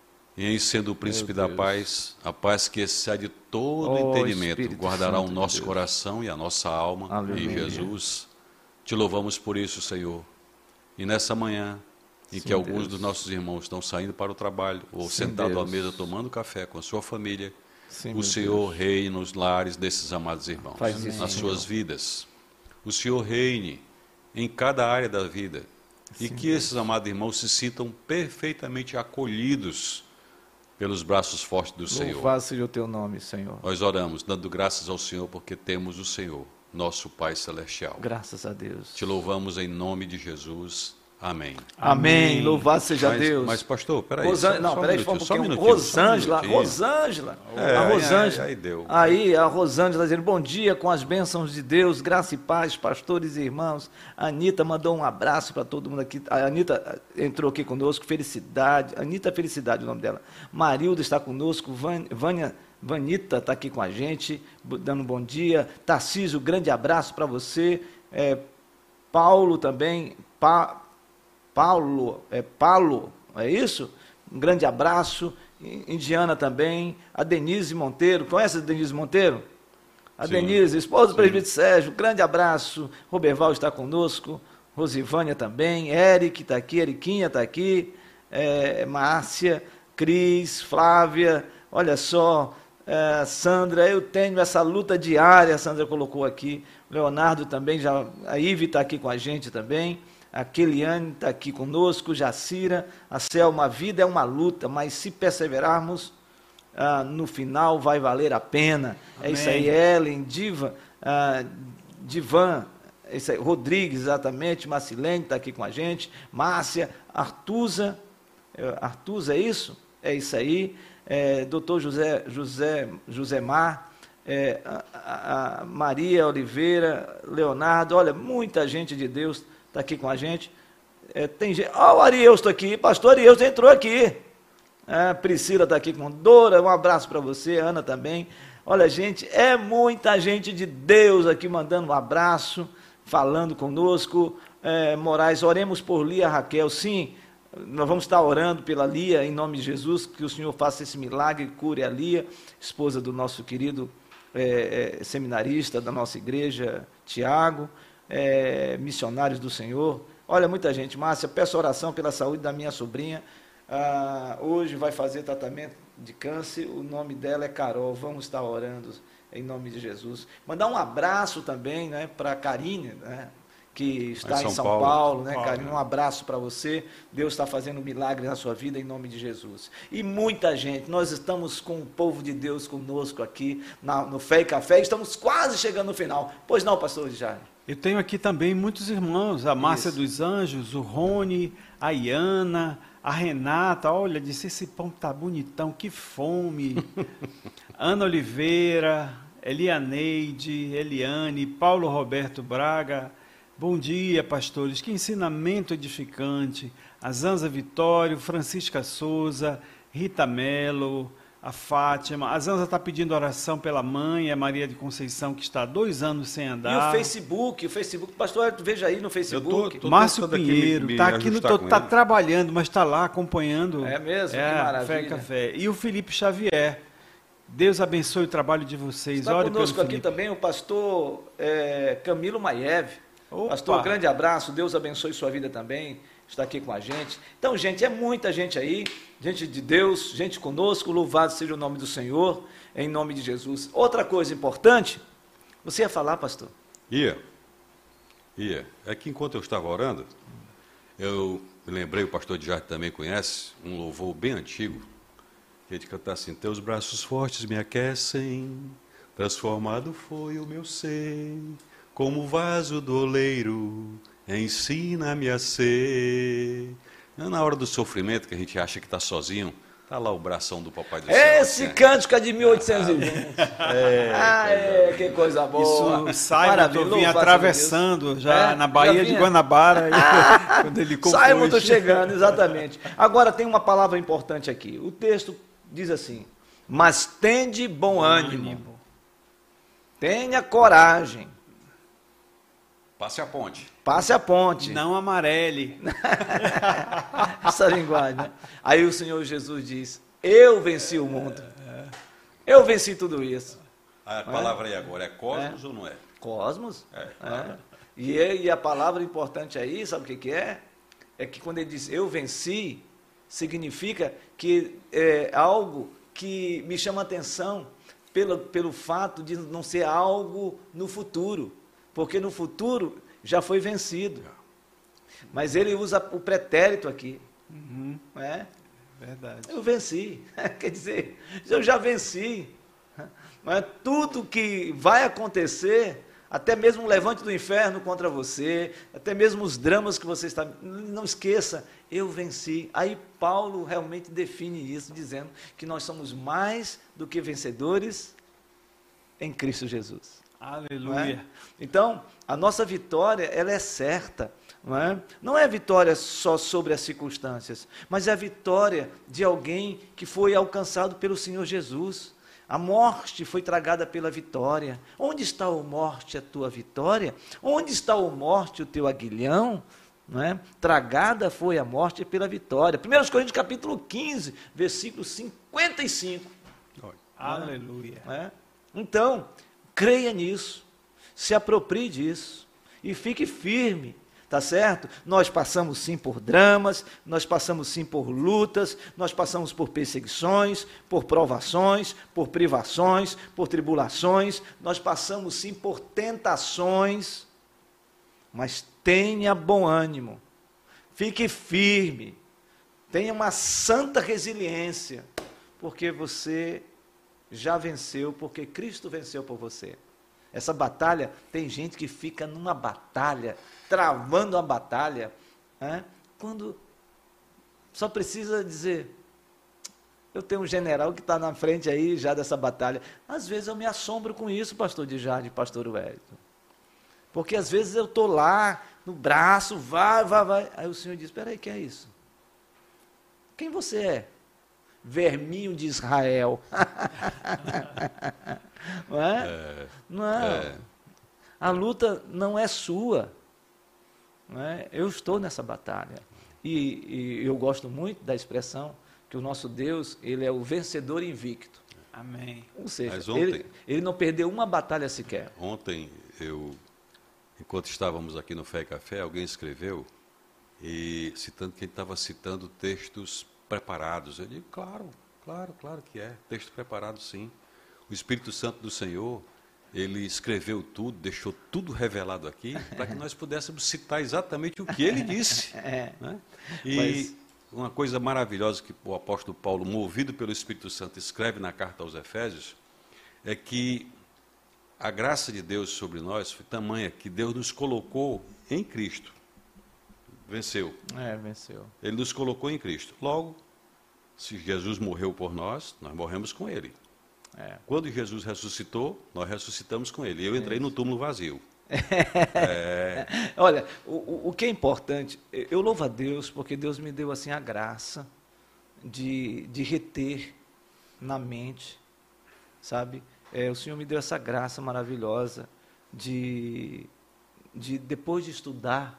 E em sendo o príncipe Meu da Deus. paz, a paz que excede todo Oh, entendimento, Espírito guardará Santo o de nosso Deus. coração e a nossa alma em Aleluia. Jesus. Te louvamos por isso, Senhor. E nessa manhã, em Sim, que alguns Deus. dos nossos irmãos estão saindo para o trabalho, ou Sim, sentados à Deus. mesa tomando café com a sua família, Sim, o meu Senhor Deus. reine nos lares desses amados irmãos, Faz isso, nas Senhor. suas vidas. O Senhor reine em cada área da vida. E Sim, que esses amados irmãos se sintam perfeitamente acolhidos pelos braços fortes do Senhor. Louvado seja o teu nome, Senhor. Nós oramos, dando graças ao Senhor, porque temos o Senhor, nosso Pai Celestial. Graças a Deus. Te louvamos em nome de Jesus. Amém. Amém. Amém. Louvado seja mas, Deus. Mas, pastor, peraí. Rosan... só, Não, só um peraí, minutinho, só um só um pouquinho. minutinho, Rosângela, só um minutinho. Rosângela. É, a aí- Rosângela. aí- aí deu. Aí, a Rosângela dizendo, bom dia, com as bênçãos de Deus, graça e paz, pastores e irmãos. A Anitta mandou um abraço para todo mundo aqui. A Anitta entrou aqui conosco, felicidade. Anitta Felicidade, o nome dela. Marilda está conosco, Van- Vânia... Vanita está aqui com a gente, dando um bom dia. Tarcísio, grande abraço para você. É, Paulo também, pa, Paulo, é Paulo, é isso? Um grande abraço. Indiana também. A Denise Monteiro, conhece a Denise Monteiro? A Sim. Denise, esposa do Sim. presbítero Sérgio, grande abraço. Roberval está conosco, Rosivânia também, Eric está aqui, Eriquinha está aqui, é, Márcia, Cris, Flávia, olha só, é, Sandra, eu tenho essa luta diária, a Sandra colocou aqui, Leonardo também, já, a Ive está aqui com a gente também, a Keliane está aqui conosco, Jacira, a Selma, a vida é uma luta, mas se perseverarmos, ah, no final vai valer a pena. Amém. É isso aí, Ellen, Diva, ah, Divan, é isso aí, Rodrigues, exatamente, Marcilene está aqui com a gente, Márcia, Artusa, é, Artusa, é isso? É isso aí, é, doutor José, José, Josemar, é, a, a- a Maria Oliveira, Leonardo, olha, muita gente de Deus está aqui com a gente. É, tem gente, ó, o Arielsto aqui, pastor Arielsto entrou aqui. É, Priscila está aqui com Dora, um abraço para você, Ana também. Olha, gente, é muita gente de Deus aqui mandando um abraço, falando conosco. É, Moraes, oremos por Lia Raquel. Sim, nós vamos estar orando pela Lia, em nome de Jesus, que o Senhor faça esse milagre, cure a Lia, esposa do nosso querido é, é, seminarista da nossa igreja, Tiago, é, missionários do Senhor. Olha, muita gente. Márcia, peço oração pela saúde da minha sobrinha. Ah, hoje vai fazer tratamento de câncer, o nome dela é Carol. Vamos estar orando em nome de Jesus. Mandar um abraço também, né, para a Karine, né, que está São em São Paulo, Paulo né, Paulo, Karine? Um abraço para você. Deus está fazendo um milagre na sua vida em nome de Jesus. E muita gente, nós estamos com o povo de Deus conosco aqui na, no Fé e Café. Estamos quase chegando no final. Pois não, pastor Jair? Eu tenho aqui também muitos irmãos, a Márcia Isso. dos Anjos, o Rony, a Iana, a Renata. Olha, disse, esse pão tá bonitão, que fome. Ana Oliveira, Elianeide, Eliane, Paulo Roberto Braga. Bom dia, pastores, que ensinamento edificante. A Zanza Vitório, Francisca Souza, Rita Melo, a Fátima. A Zanza está pedindo oração pela mãe, a Maria de Conceição, que está há dois anos sem andar. E o Facebook, o Facebook, pastor, veja aí no Facebook. Eu tô, tô Márcio Pinheiro, está aqui, está tá trabalhando, mas está lá acompanhando. É mesmo? É, que maravilha. Fé e Café. E o Felipe Xavier. Deus abeçoe o trabalho de vocês. Está Ore conosco pelo aqui Felipe. também o pastor é, Camilo Maiev. Opa. Pastor, grande abraço, Deus abençoe sua vida também, está aqui com a gente. Então, gente, é muita gente aí, gente de Deus, gente conosco, louvado seja o nome do Senhor, em nome de Jesus. Outra coisa importante, você ia falar, pastor? Ia, ia. É que enquanto eu estava orando, eu me lembrei, o pastor de Jardim também conhece, um louvor bem antigo, que a gente canta assim, teus braços fortes me aquecem, transformado foi o meu ser, como vaso do oleiro, ensina-me a ser. Na hora do sofrimento, que a gente acha que está sozinho, está lá o bração do Papai do Céu. Esse assim, cântico é de mil oitocentos e vinte. É, ah, é, que coisa boa. Isso, Simon vinha atravessando já é, na Baía de Guanabara. Ah, quando ele compôs. Simon estou chegando, exatamente. Agora tem uma palavra importante aqui. O texto diz assim, mas tende bom ânimo. Tenha coragem. Passe a ponte. Passe a ponte. Não amarele. Essa linguagem, né? Aí o Senhor Jesus diz, eu venci o mundo. Eu venci tudo isso. A palavra aí agora é cosmos é. ou não é? Cosmos. É, claro. É. E, e a palavra importante aí, sabe o que, que é? É que quando ele diz eu venci, significa que é algo que me chama a atenção pelo, pelo fato de não ser algo no futuro. Porque no futuro já foi vencido. Mas ele usa o pretérito aqui. Uhum. Não é? Verdade. Eu venci. Quer dizer, eu já venci. Não é? Tudo que vai acontecer, até mesmo o levante do inferno contra você, até mesmo os dramas que você está... Não esqueça, eu venci. Aí Paulo realmente define isso, dizendo que nós somos mais do que vencedores em Cristo Jesus. Aleluia. É? Então, a nossa vitória, ela é certa. Não é? Não é vitória só sobre as circunstâncias, mas é a vitória de alguém que foi alcançado pelo Senhor Jesus. A morte foi tragada pela vitória. Onde está, ó morte, a tua vitória? Onde está, ó morte, o teu aguilhão? Não é? Tragada foi a morte pela vitória. primeira Coríntios capítulo quinze, versículo cinquenta e cinco. Aleluia. Não é? Então, creia nisso, se aproprie disso e fique firme, tá certo? Nós passamos sim por dramas, nós passamos sim por lutas, nós passamos por perseguições, por provações, por privações, por tribulações, nós passamos sim por tentações, mas tenha bom ânimo, fique firme, tenha uma santa resiliência, porque você já venceu, porque Cristo venceu por você. Essa batalha, tem gente que fica numa batalha, travando uma batalha, né, quando só precisa dizer, eu tenho um general que está na frente aí já dessa batalha. Às vezes eu me assombro com isso, pastor de Jardim, pastor Wellington. Porque às vezes eu estou lá, no braço, vai, vai, vai. Aí o Senhor diz, espera aí, quem é isso? Quem você é? Verminho de Israel. Não é? É, Não. é. A luta não é sua. Não é? Eu estou nessa batalha. E, e eu gosto muito da expressão que o nosso Deus, ele é o vencedor invicto. Amém. Ou seja, Mas ontem- ele, ele não perdeu uma batalha sequer. Ontem, eu, enquanto estávamos aqui no Fé e Café, alguém escreveu, e citando que ele estava citando textos preparados. Eu digo, claro, claro, claro que é. Texto preparado, sim. O Espírito Santo do Senhor, ele escreveu tudo, deixou tudo revelado aqui, para que nós pudéssemos citar exatamente o que ele disse. É. Né? E Mas- uma coisa maravilhosa que o apóstolo Paulo, movido pelo Espírito Santo, escreve na carta aos Efésios, é que a graça de Deus sobre nós foi tamanha que Deus nos colocou em Cristo. Venceu. É, venceu. Ele nos colocou em Cristo. Logo, se Jesus morreu por nós, nós morremos com ele. É. Quando Jesus ressuscitou, nós ressuscitamos com ele. Eu entrei no túmulo vazio. Olha, o, o- o que é importante, eu louvo a Deus porque Deus me deu assim a graça de, de reter na mente, sabe? É, o Senhor me deu essa graça maravilhosa de, de depois de estudar,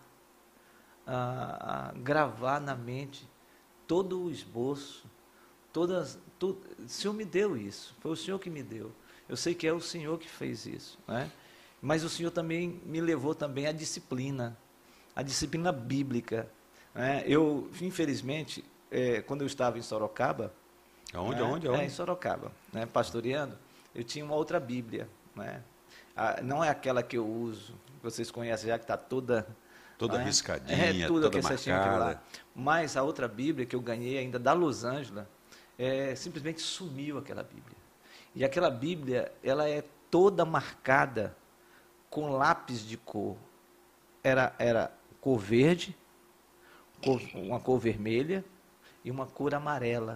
a, a gravar na mente todo o esboço, todas, tu, o Senhor me deu isso, foi o Senhor que me deu. Eu sei que é o Senhor que fez isso, né? Mas o Senhor também me levou também à disciplina, à disciplina bíblica, né? Eu, infelizmente, é, quando eu estava em Sorocaba, Aonde, né? aonde, É, aonde? em Sorocaba, né, pastoreando, eu tinha uma outra Bíblia, né? Ah, não é aquela que eu uso, vocês conhecem já que está toda... Toda né? riscadinha, é, tudo toda que vocês tinham aquilo marcada. lá. Mas a outra Bíblia que eu ganhei ainda da Los Angeles, é, simplesmente sumiu aquela Bíblia. E aquela Bíblia, ela é toda marcada com lápis de cor. Era, era cor verde, cor, uma cor vermelha e uma cor amarela.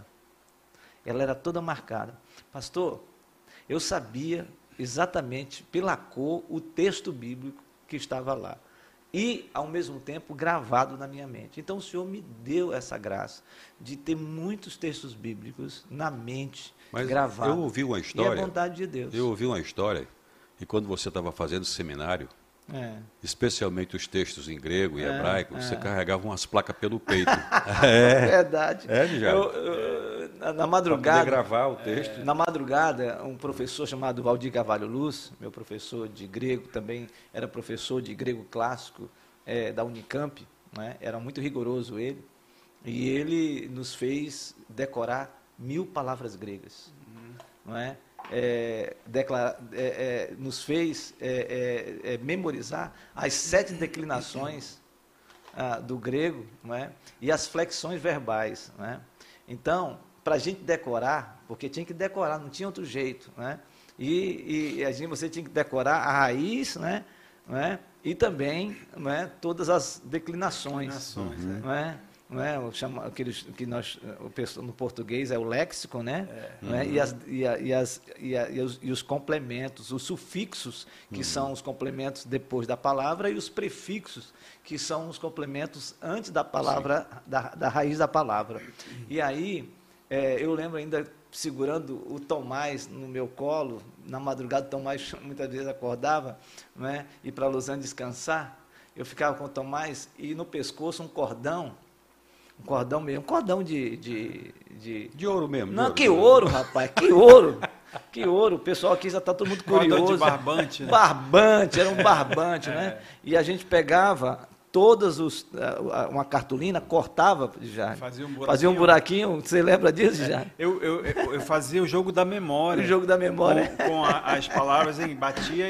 Ela era toda marcada. Pastor, eu sabia exatamente pela cor o texto bíblico que estava lá. E, ao mesmo tempo, gravado na minha mente. Então, o Senhor me deu essa graça de ter muitos textos bíblicos na mente, Mas gravados. eu ouvi uma E história. é vontade de Deus. Eu ouvi uma história, e quando você estava fazendo seminário, É. especialmente os textos em grego e É, hebraico, é. você carregava umas placas pelo peito. É verdade. É, Djalma? Eu- eu- na, na Para madrugada, poder gravar o texto. na madrugada, um professor chamado Valdir Carvalho Luz, meu professor de grego, também era professor de grego clássico eh, da Unicamp, né? Era muito rigoroso ele, e ele nos fez decorar mil palavras gregas, não é? É, declara- é, é, nos fez é, é, é, memorizar as sete declinações ah, do grego, não é? E as flexões verbais, não é? Então, para a gente decorar, porque tinha que decorar, não tinha outro jeito, né? E, e a gente, você tinha que decorar a raiz, né? Não é? E também, não é? Todas as declinações, Declinações, uhum. é. Não é? Não é? O chama, aqueles que nós, o pessoal no português é o léxico, né? Não é? E, as, e, a, e, as, e, a, e, os, e os complementos, os sufixos, que são os complementos depois da palavra, e os prefixos, que são os complementos antes da palavra, da, da raiz da palavra. E aí, é, eu lembro ainda segurando o Tomás no meu colo, na madrugada o Tomás muitas vezes acordava, não é? E para Los Angeles descansar, eu ficava com o Tomás e no pescoço um cordão, um cordão mesmo, um cordão de... de, de... De ouro mesmo. de Não, ouro, que de ouro, rapaz, que ouro, que ouro, o pessoal aqui já está todo mundo Cordão curioso. de barbante, né? Barbante, era um barbante, né? E a gente pegava todas os, ah, uma cartolina, cortava, já, Fazia um buraquinho. fazia um buraquinho, você lembra disso, já? Eu, eu, eu, eu fazia o jogo da memória. O jogo da memória. Com, com a- as palavras, hein, batia e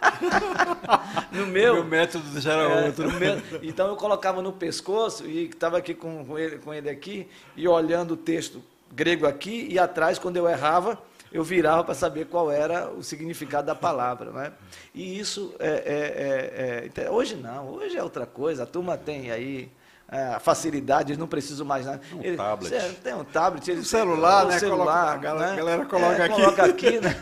No o meu, meu método já era é, outro. no meu- então eu colocava no pescoço e estava aqui com, com, ele, com ele aqui e olhando o texto grego aqui e atrás, quando eu errava, eu virava para saber qual era o significado da palavra, né? E isso é, é, é, é, hoje não, hoje é outra coisa. A turma tem aí a facilidade, eles não precisam mais nada. Um Ele- tablet. cê- tem um tablet, eles, Um celular, o né? celular, Coloca- a né? galera- a galera coloca É, aqui. Coloca aqui, né?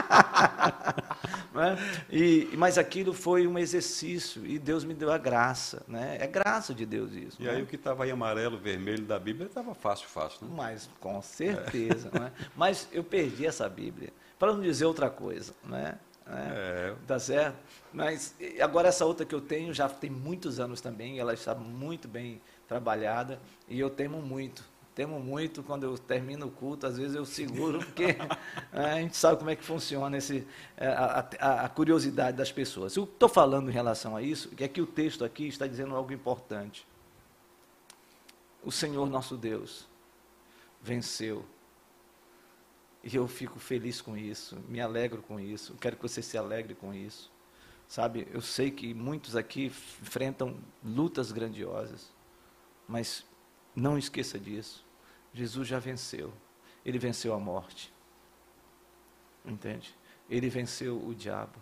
Né? E, mas aquilo foi um exercício e Deus me deu a graça, né? É graça de Deus isso. E né? aí o que estava em amarelo, vermelho da Bíblia estava fácil, fácil. Né? Mas com certeza, né? Mas eu perdi essa Bíblia. para não dizer outra coisa, né? É. Tá certo? Mas agora essa outra que eu tenho já tem muitos anos também, ela está muito bem trabalhada e eu temo muito, temo muito quando eu termino o culto, às vezes eu seguro, porque a gente sabe como é que funciona esse, a, a, a curiosidade das pessoas. Eu estou falando em relação a isso, que aqui o texto aqui está dizendo algo importante. O Senhor nosso Deus venceu. E eu fico feliz com isso, me alegro com isso, quero que você se alegre com isso. Sabe, eu sei que muitos aqui enfrentam lutas grandiosas, mas não esqueça disso. Jesus já venceu. Ele venceu a morte. Entende? Ele venceu o diabo.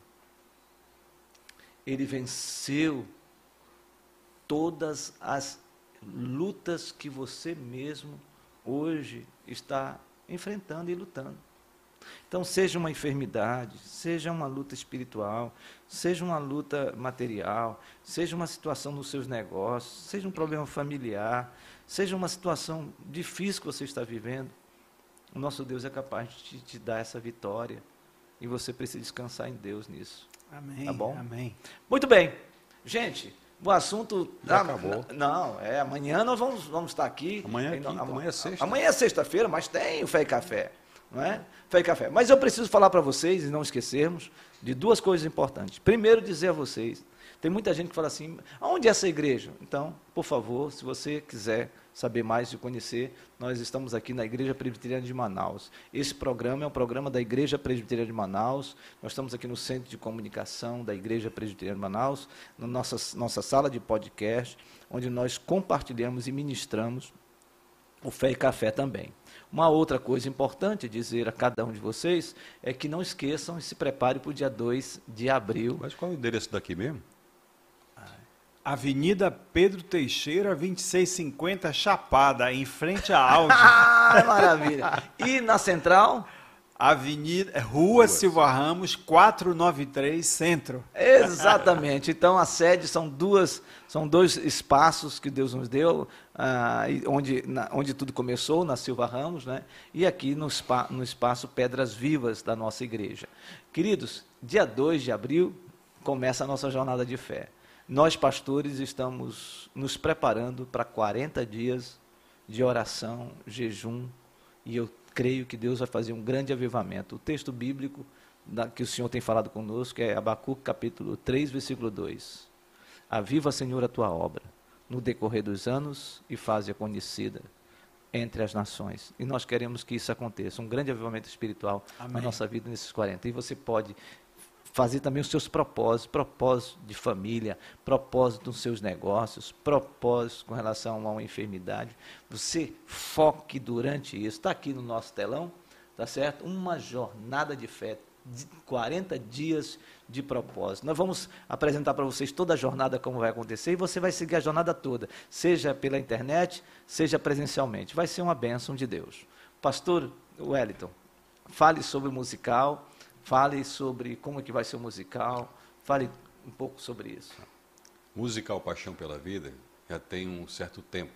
Ele venceu todas as lutas que você mesmo hoje está enfrentando e lutando. Então, seja uma enfermidade, seja uma luta espiritual, seja uma luta material, seja uma situação nos seus negócios, seja um problema familiar, seja uma situação difícil que você está vivendo, o nosso Deus é capaz de te, te dar essa vitória e você precisa descansar em Deus nisso. Amém. Tá bom? Amém. Muito bem. Gente, o assunto... Já ah, acabou. Não, é, amanhã nós vamos, vamos estar aqui. Amanhã é Em- quinta, amanhã é sexta. Amanhã é sexta-feira, mas tem o Fé e Café. Não é? Fé e Café. Mas eu preciso falar para vocês, e não esquecermos, de duas coisas importantes. Primeiro, dizer a vocês, tem muita gente que fala assim, aonde é essa igreja? Então, por favor, se você quiser saber mais e conhecer, nós estamos aqui na Igreja Presbiteriana de Manaus. Esse programa é um programa da Igreja Presbiteriana de Manaus. Nós estamos aqui no Centro de Comunicação da Igreja Presbiteriana de Manaus, na nossa, nossa sala de podcast, onde nós compartilhamos e ministramos o Fé e Café também. Uma outra coisa importante dizer a cada um de vocês é que não esqueçam e se preparem para o dia dois de abril. Mas qual é o endereço daqui mesmo? Avenida Pedro Teixeira, vinte e seis cinquenta, Chapada, em frente à Audi. Ah, maravilha! E na Central? Avenida, Rua Silva Ramos, quatrocentos e noventa e três, Centro. Exatamente. Então, a sede são duas, são dois espaços que Deus nos deu, ah, e onde, na, onde tudo começou, na Silva Ramos, né? E aqui no, spa, no espaço Pedras Vivas da nossa igreja. Queridos, dia dois de abril começa a nossa jornada de fé. Nós, pastores, estamos nos preparando para quarenta dias de oração, jejum, e eu creio que Deus vai fazer um grande avivamento. O texto bíblico da, que o Senhor tem falado conosco é Abacuque capítulo três, versículo dois. Aviva, Senhor, a tua obra no decorrer dos anos e faze-a conhecida entre as nações. E nós queremos que isso aconteça, um grande avivamento espiritual Amém. na nossa vida nesses quarenta. E você pode fazer também os seus propósitos, propósito de família, propósito nos seus negócios, propósito com relação a uma enfermidade. Você foque durante isso. Está aqui no nosso telão, tá certo? Uma jornada de fé, de quarenta dias de propósito. Nós vamos apresentar para vocês toda a jornada, como vai acontecer, e você vai seguir a jornada toda, seja pela internet, seja presencialmente. Vai ser uma bênção de Deus. Pastor Wellington, fale sobre o musical. Fale sobre como é que vai ser o musical, fale um pouco sobre isso. Musical Paixão pela Vida já tem um certo tempo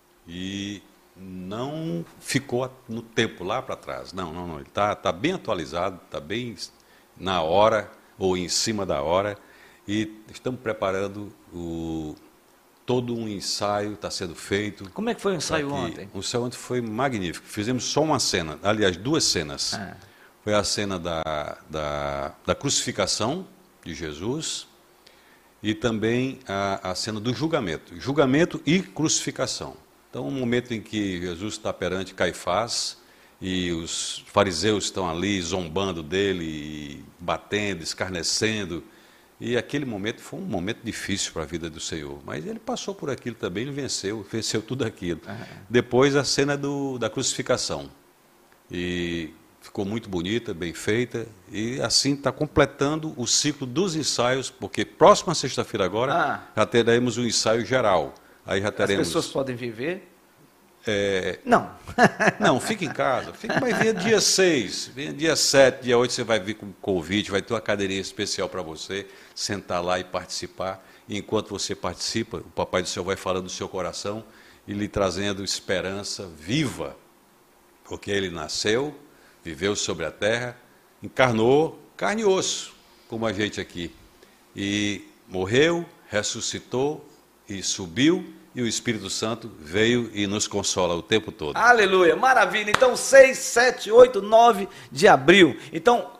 e não ficou no tempo lá para trás, não, não, não, ele está tá bem atualizado, está bem na hora ou em cima da hora e estamos preparando o, todo um ensaio, está sendo feito. Como é que foi o ensaio que, ontem? O ensaio ontem foi magnífico, fizemos só uma cena, aliás, duas cenas. Ah. Foi a cena da, da, da crucificação de Jesus e também a, a cena do julgamento. Julgamento e crucificação. Então, um momento em que Jesus está perante Caifás e os fariseus estão ali zombando dele, e batendo, escarnecendo. E aquele momento foi um momento difícil para a vida do Senhor. Mas ele passou por aquilo também, ele venceu, venceu tudo aquilo. Uhum. Depois, a cena do, da crucificação. E ficou muito bonita, bem feita, e assim está completando o ciclo dos ensaios, porque próxima sexta-feira agora ah. já teremos um ensaio geral. Aí já teremos... As pessoas podem viver? É... Não. Não, fica em casa. Fica, vai vir dia seis, vem dia sete, dia oito você vai vir com convite, vai ter uma cadeirinha especial para você sentar lá e participar. E enquanto você participa, o Papai do Céu vai falando do seu coração e lhe trazendo esperança viva, porque ele nasceu, viveu sobre a terra encarnou carne e osso, como a gente aqui, e morreu, ressuscitou e subiu, e o Espírito Santo veio e nos consola o tempo todo. Aleluia, maravilha. Então, seis, sete, oito, nove de abril. Então,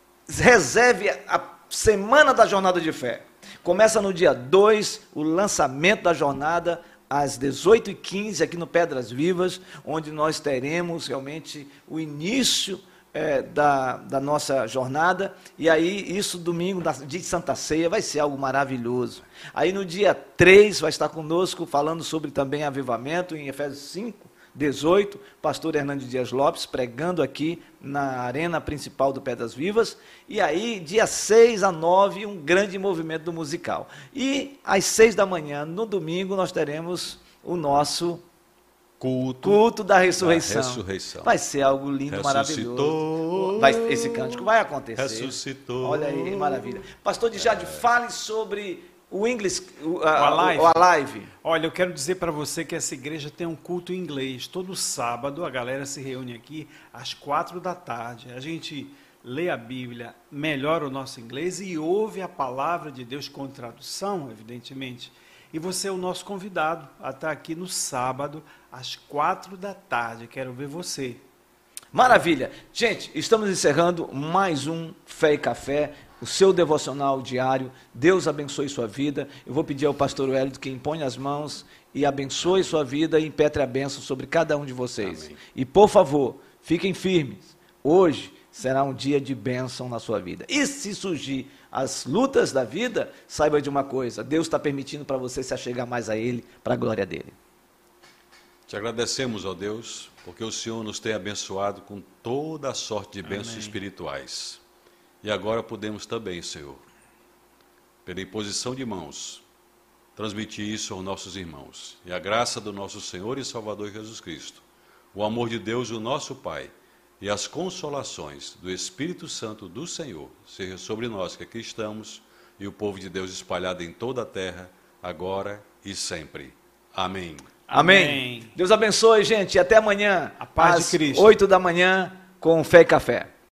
reserve a semana da Jornada de Fé. Começa no dia dois, o lançamento da jornada, às dezoito e quinze, aqui no Pedras Vivas, onde nós teremos realmente o início É, da, da nossa jornada, e aí isso domingo, dia de Santa Ceia, vai ser algo maravilhoso. Aí no dia três vai estar conosco falando sobre também avivamento, em Efésios cinco, dezoito, pastor Hernandes Dias Lopes, pregando aqui na arena principal do Pedras Vivas, e aí dia seis a nove, um grande movimento do musical. E às seis da manhã, no domingo, nós teremos o nosso Culto, culto da ressurreição. da ressurreição. Vai ser algo lindo, Ressuscitou, maravilhoso. Vai, esse cântico vai acontecer. Ressuscitou. Olha aí, maravilha. Pastor Dijade, é. fale sobre o inglês, o, o, Alive. o Alive. Olha, eu quero dizer para você que essa igreja tem um culto em inglês. Todo sábado a galera se reúne aqui às quatro da tarde. A gente lê a Bíblia, melhora o nosso inglês e ouve a palavra de Deus com tradução, evidentemente. E você é o nosso convidado a estar aqui no sábado, às quatro da tarde. Quero ver você. Maravilha. Gente, estamos encerrando mais um Fé e Café, o seu devocional diário. Deus abençoe sua vida. Eu vou pedir ao pastor Wellington que imponha as mãos e abençoe sua vida e impetre a bênção sobre cada um de vocês. Amém. E, por favor, fiquem firmes. Hoje será um dia de bênção na sua vida. E se surgir as lutas da vida, saiba de uma coisa, Deus está permitindo para você se achegar mais a Ele, para a glória dEle. Te agradecemos, ó Deus, porque o Senhor nos tem abençoado com toda a sorte de bênçãos Amém. Espirituais. E agora podemos também, Senhor, pela imposição de mãos, transmitir isso aos nossos irmãos. E a graça do nosso Senhor e Salvador Jesus Cristo, o amor de Deus, o nosso Pai, e as consolações do Espírito Santo do Senhor seja sobre nós que aqui estamos e o povo de Deus espalhado em toda a terra, agora e sempre. Amém. Amém. Amém. Deus abençoe, gente, e até amanhã, a paz às de Cristo. oito da manhã, com Fé e Café.